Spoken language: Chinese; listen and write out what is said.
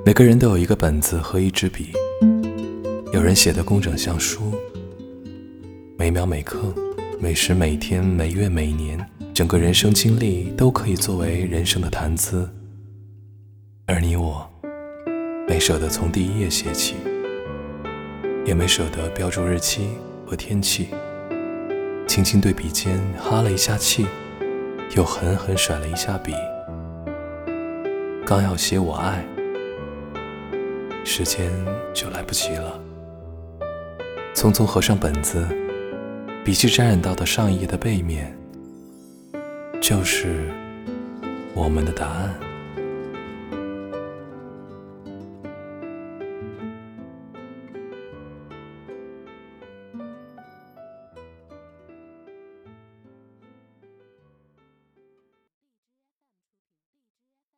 每个人都有一个本子和一支笔，有人写得工整像书，每秒每刻，每时每天，每月每年，整个人生经历都可以作为人生的谈资。而你我没舍得从第一页写起，也没舍得标注日期和天气，轻轻对笔尖哈了一下气，又狠狠甩了一下笔。刚要写我爱，时间就来不及了。匆匆合上本子，笔记沾染到的上一页的背面，就是我们的答案。